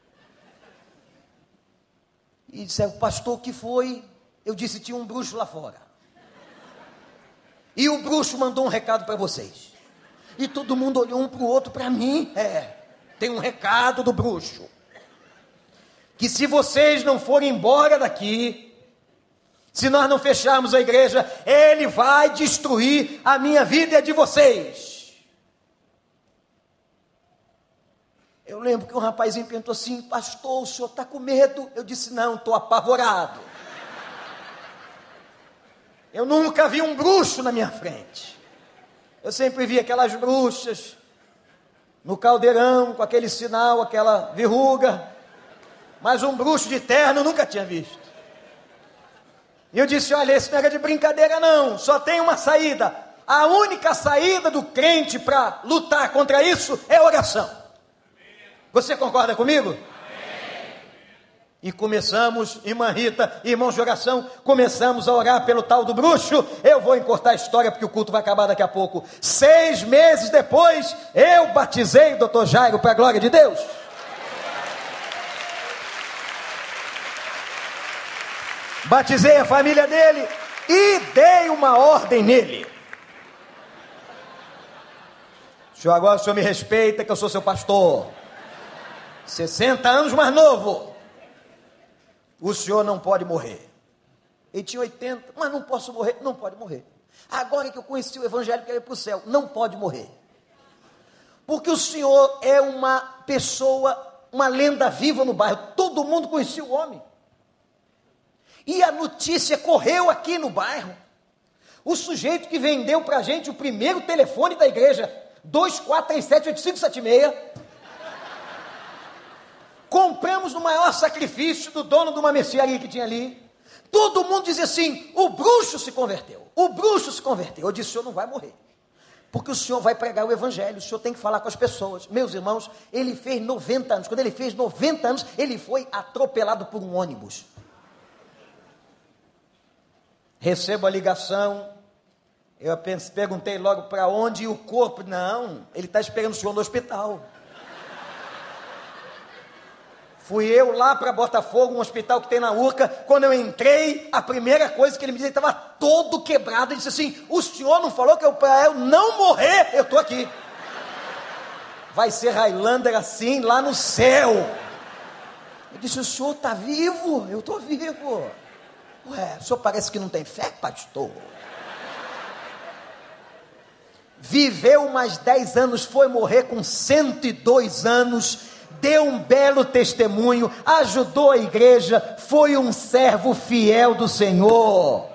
E disseram: pastor, o que foi? Eu disse: tinha um bruxo lá fora. E o bruxo mandou um recado para vocês. E todo mundo olhou um para o outro. Para mim, tem um recado do bruxo. Que se vocês não forem embora daqui, se nós não fecharmos a igreja, ele vai destruir a minha vida e a de vocês. Eu lembro que um rapazinho perguntou assim: pastor, o senhor está com medo? Eu disse: não, estou apavorado. Eu nunca vi um bruxo na minha frente. Eu sempre vi aquelas bruxas no caldeirão, com aquele sinal, aquela verruga. Mas um bruxo de terno eu nunca tinha visto. E eu disse: olha, esse não era de brincadeira não, só tem uma saída. A única saída do crente para lutar contra isso é oração. Você concorda comigo? E começamos, irmã Rita, irmãos de oração, começamos a orar pelo tal do bruxo. Eu vou encurtar a história porque o culto vai acabar daqui a pouco. 6 meses depois, eu batizei o doutor Jairo para a glória de Deus. Batizei a família dele e dei uma ordem nele. Agora o senhor me respeita que eu sou seu pastor. 60 anos mais novo. O senhor não pode morrer. Ele tinha 80, mas não posso morrer. Não pode morrer. Agora que eu conheci o evangelho, quero ir para o céu. Não pode morrer. Porque o senhor é uma pessoa, uma lenda viva no bairro. Todo mundo conhecia o homem. E a notícia correu aqui no bairro. O sujeito que vendeu para a gente o primeiro telefone da igreja, 24378576, compramos no maior sacrifício do dono de uma mercearia que tinha ali. Todo mundo dizia assim: o bruxo se converteu, o bruxo se converteu. Eu disse: o senhor não vai morrer, porque o senhor vai pregar o evangelho, o senhor tem que falar com as pessoas. Meus irmãos, ele fez 90 anos, quando ele fez 90 anos, ele foi atropelado por um ônibus. Recebo a ligação, eu perguntei logo para onde, e o corpo, não, ele está esperando o senhor no hospital. Fui eu lá para Botafogo, um hospital que tem na Urca. Quando eu entrei, a primeira coisa que ele me disse, ele estava todo quebrado. Ele disse assim: o senhor não falou que para eu não morrer, eu estou aqui. Vai ser Highlander assim, lá no céu. Eu disse: o senhor está vivo? Eu estou vivo. Ué, o senhor parece que não tem fé, pastor. Viveu mais 10 anos, foi morrer com 102 anos, deu um belo testemunho, ajudou a igreja, foi um servo fiel do Senhor.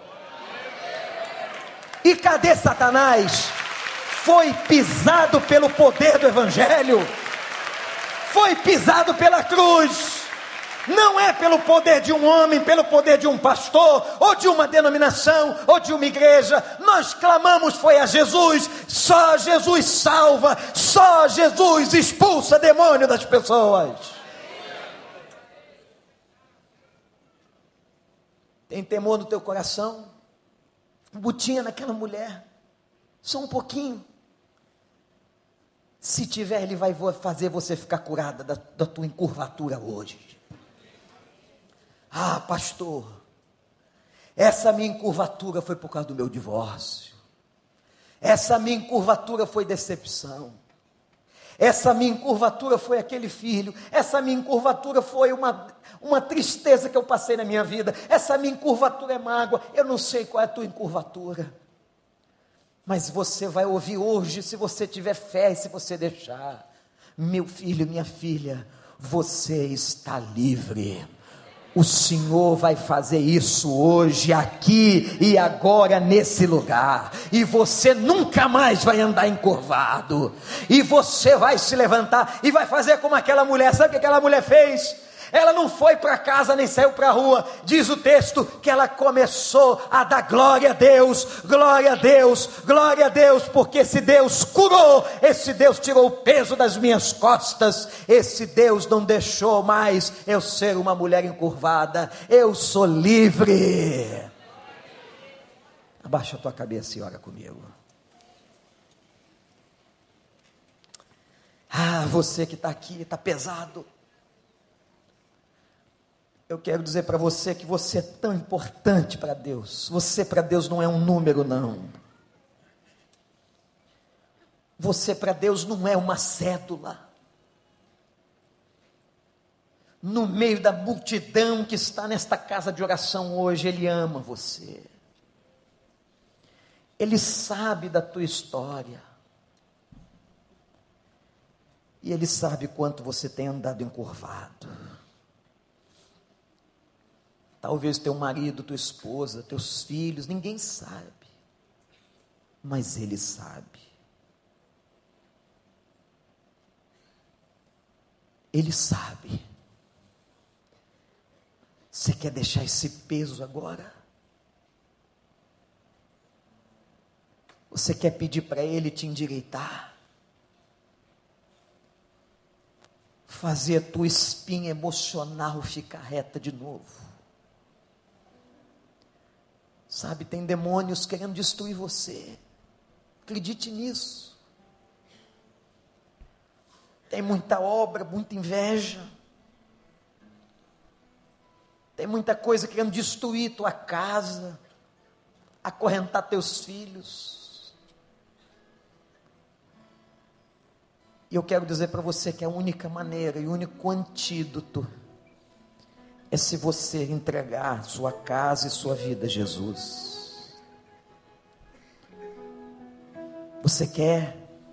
E cadê Satanás? Foi pisado pelo poder do evangelho, foi pisado pela cruz. Não é pelo poder de um homem, pelo poder de um pastor, ou de uma denominação, ou de uma igreja. Nós clamamos foi a Jesus. Só Jesus salva, só Jesus expulsa demônio das pessoas. Tem temor no teu coração? Botinha naquela mulher, só um pouquinho. Se tiver, ele vai fazer você ficar curada da tua encurvatura hoje. Ah, pastor, essa minha encurvatura foi por causa do meu divórcio. Essa minha encurvatura foi decepção. Essa minha encurvatura foi aquele filho. Essa minha encurvatura foi uma tristeza que eu passei na minha vida. Essa minha encurvatura é mágoa. Eu não sei qual é a tua encurvatura. Mas você vai ouvir hoje, se você tiver fé e se você deixar. Meu filho, minha filha, você está livre. O Senhor vai fazer isso hoje, aqui e agora, nesse lugar, e você nunca mais vai andar encurvado, e você vai se levantar, e vai fazer como aquela mulher. Sabe o que aquela mulher fez? Ela não foi para casa, nem saiu para a rua. Diz o texto que ela começou a dar glória a Deus, glória a Deus, glória a Deus, porque esse Deus curou, esse Deus tirou o peso das minhas costas, esse Deus não deixou mais eu ser uma mulher encurvada, eu sou livre. Abaixa a tua cabeça e ora comigo. Você que está aqui, está pesado. Eu quero dizer para você que você é tão importante para Deus. Você para Deus não é um número, não. Você para Deus não é uma cédula. No meio da multidão que está nesta casa de oração hoje, Ele ama você. Ele sabe da tua história. E Ele sabe quanto você tem andado encurvado. Talvez teu marido, tua esposa, teus filhos, ninguém sabe, mas Ele sabe. Ele sabe. Você quer deixar esse peso agora? Você quer pedir para Ele te endireitar? Fazer a tua espinha emocional ficar reta de novo? Sabe, tem demônios querendo destruir você. Acredite nisso. Tem muita obra, muita inveja. Tem muita coisa querendo destruir tua casa, acorrentar teus filhos. E eu quero dizer para você que a única maneira e o único antídoto é se você entregar sua casa e sua vida a Jesus. Você quer?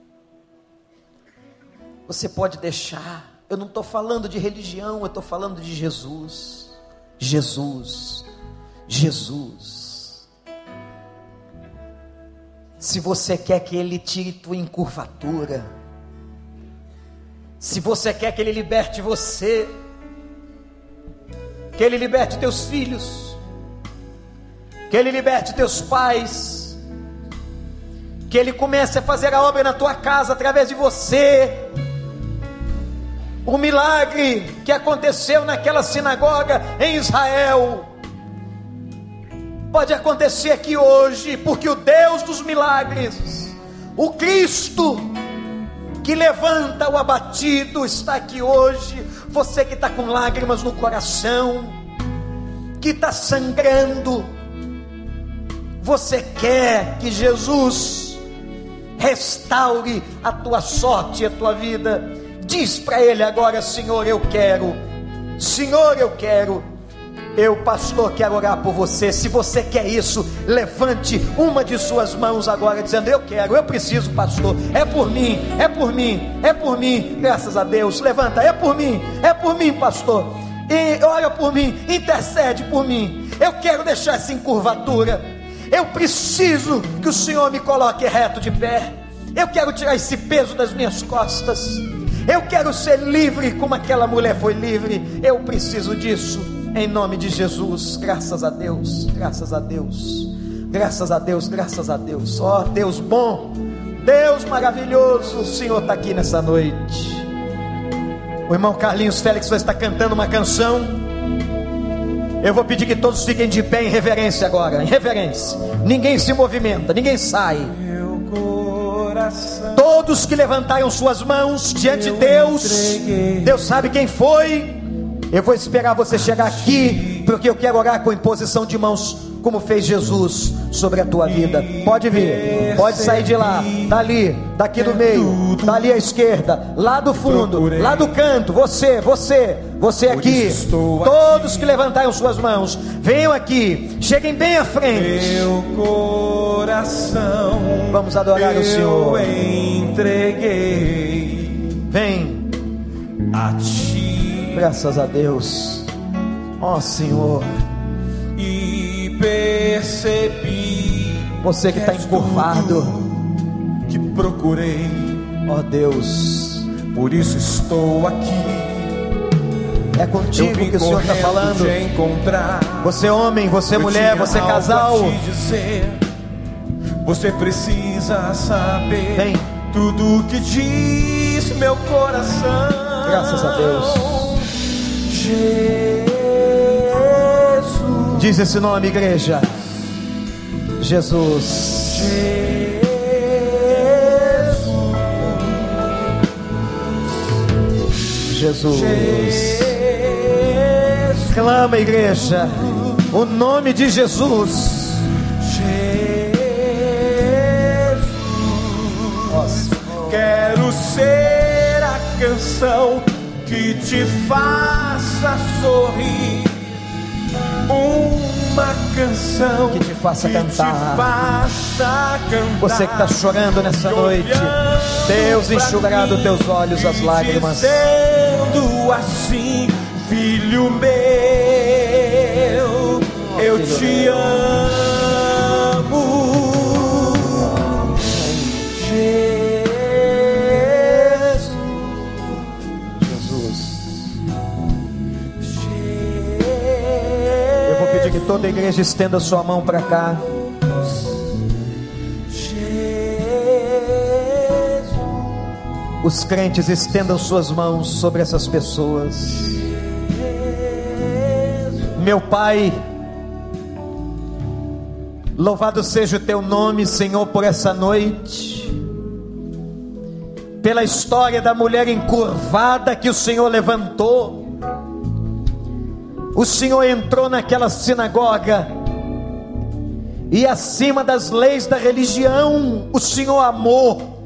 Você pode deixar. Eu não estou falando de religião, eu estou falando de Jesus. Jesus, Jesus. Se você quer que Ele tire tua encurvatura, se você quer que Ele liberte você, que Ele liberte teus filhos, que Ele liberte teus pais, que Ele comece a fazer a obra na tua casa através de você. O milagre que aconteceu naquela sinagoga em Israel pode acontecer aqui hoje, porque o Deus dos milagres, o Cristo que levanta o abatido, está aqui hoje. Você que está com lágrimas no coração, que está sangrando, você quer que Jesus restaure a tua sorte e a tua vida? Diz para Ele agora: Senhor, eu quero. Senhor, eu quero. Eu, pastor, quero orar por você. Se você quer isso, levante uma de suas mãos agora, dizendo: eu quero, eu preciso, pastor. É por mim, é por mim, é por mim. Graças a Deus. Levanta: é por mim, pastor. E ora por mim, intercede por mim. Eu quero deixar essa encurvatura. Eu preciso que o Senhor me coloque reto de pé. Eu quero tirar esse peso das minhas costas. Eu quero ser livre como aquela mulher foi livre. Eu preciso disso. Em nome de Jesus. Graças a Deus, graças a Deus, graças a Deus, graças a Deus. Ó Deus bom, Deus maravilhoso, o Senhor está aqui nessa noite. O irmão Carlinhos Félix vai estar cantando uma canção. Eu vou pedir que todos fiquem de pé em reverência agora, em reverência. Ninguém se movimenta, ninguém sai. Todos que levantaram suas mãos diante de Deus, Deus sabe quem foi. Eu vou esperar você chegar aqui, porque eu quero orar com imposição de mãos, como fez Jesus sobre a tua vida. Pode vir, pode sair de lá, dali, daqui do meio, dali à esquerda, lá do fundo, lá do canto. Você aqui, todos que levantaram suas mãos, venham aqui, cheguem bem à frente. Meu coração, vamos adorar o Senhor. Eu entreguei vem a ti. Graças a Deus. Ó Senhor, e percebi. Você que está encurvado, que procurei. Ó Deus, por isso estou aqui. É contigo que o Senhor está falando. Você homem, você mulher, você casal. Dizer, você precisa saber. Vem. Tudo que diz meu coração. Graças a Deus. Jesus. Diz esse nome, igreja. Jesus. Jesus. Clama, igreja, o nome de Jesus. Quero ser a canção que te faça sorrir, uma canção que te faça cantar. Você que está Você chorando nessa noite, Deus enxugará dos teus olhos as lágrimas. Dizendo assim, filho meu, eu te amo. Que toda a igreja estenda sua mão para cá. Os crentes estendam suas mãos sobre essas pessoas. Meu Pai, louvado seja o teu nome, Senhor, por essa noite, pela história da mulher encurvada que o Senhor levantou. O Senhor entrou naquela sinagoga e, acima das leis da religião, o Senhor amou.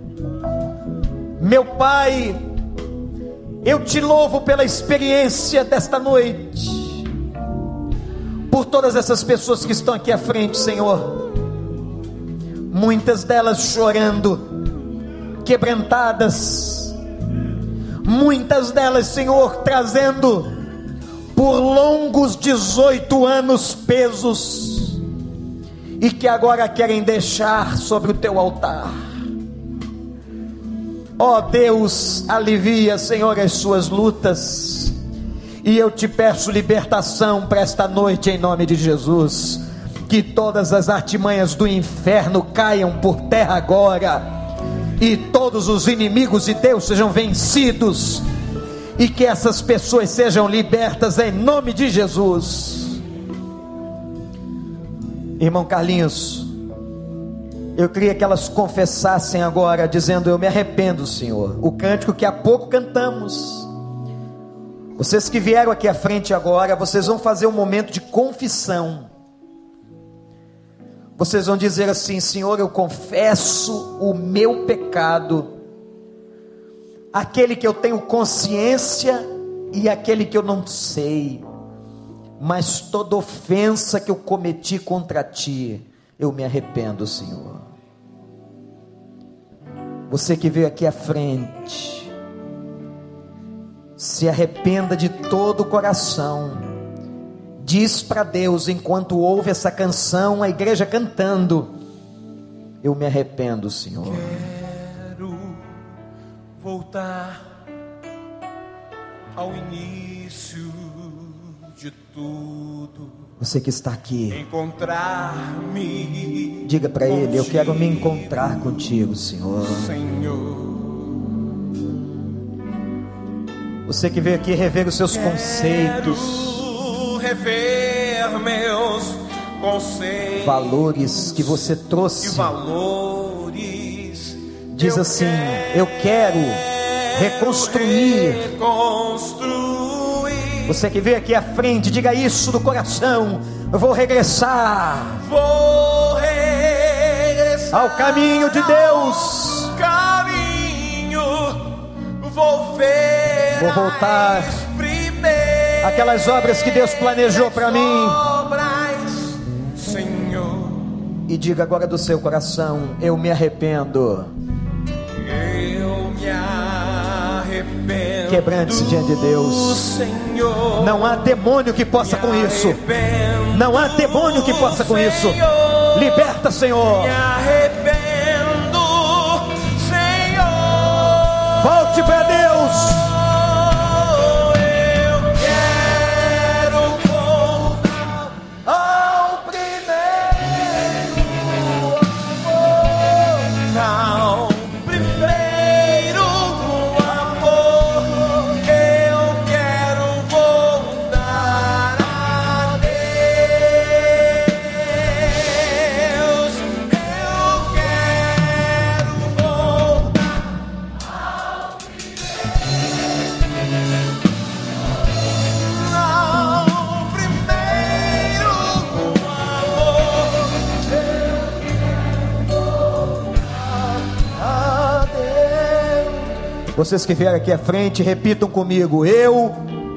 Meu Pai, eu te louvo pela experiência desta noite, por todas essas pessoas que estão aqui à frente, Senhor, muitas delas chorando, quebrantadas, muitas delas, Senhor, trazendo por longos 18 anos pesos, e que agora querem deixar sobre o teu altar. Ó Deus, alivia, Senhor, as suas lutas, e eu te peço libertação para esta noite em nome de Jesus. Que todas as artimanhas do inferno caiam por terra agora, e todos os inimigos de Deus sejam vencidos, e que essas pessoas sejam libertas em nome de Jesus. Irmão Carlinhos, eu queria que elas confessassem agora, dizendo: eu me arrependo, Senhor. O cântico que há pouco cantamos. Vocês que vieram aqui à frente agora, vocês vão fazer um momento de confissão. Vocês vão dizer assim: Senhor, eu confesso o meu pecado, aquele que eu tenho consciência e aquele que eu não sei, mas toda ofensa que eu cometi contra ti, eu me arrependo, Senhor. Você que veio aqui à frente, se arrependa de todo o coração. Diz para Deus, enquanto ouve essa canção, a igreja cantando: eu me arrependo, Senhor. Quero voltar ao início de tudo. Você que está aqui, encontrar-me. Diga para Ele: eu quero me encontrar contigo, Senhor. Senhor. Você que veio aqui rever os seus conceitos, rever meus conceitos, valores que você trouxe, valores. Diz assim: eu quero reconstruir. Você que veio aqui à frente, diga isso do coração: eu vou regressar ao caminho de Deus. Vou voltar aquelas obras que Deus planejou para mim. Senhor. E diga agora do seu coração: eu me arrependo. Eu me arrependo. Quebrante-se diante de Deus. Senhor. Não há demônio que possa com isso. Não há demônio que possa com isso. Liberta, Senhor. Me arrependo, Senhor. Volte para Deus. Eu quero voltar ao primeiro amor. Ao primeiro amor. Eu quero voltar a Deus. Eu quero voltar ao primeiro amor. A Deus. Vocês que vieram aqui à frente, repitam comigo: eu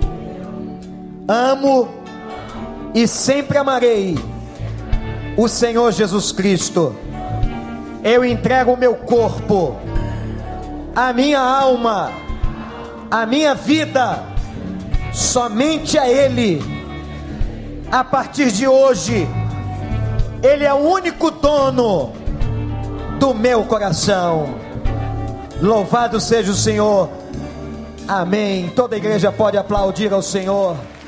amo e sempre amarei o Senhor Jesus Cristo. Eu entrego o meu corpo, a minha alma, a minha vida, somente a Ele. A partir de hoje, Ele é o único dono do meu coração. Louvado seja o Senhor. Amém. Toda a igreja pode aplaudir ao Senhor.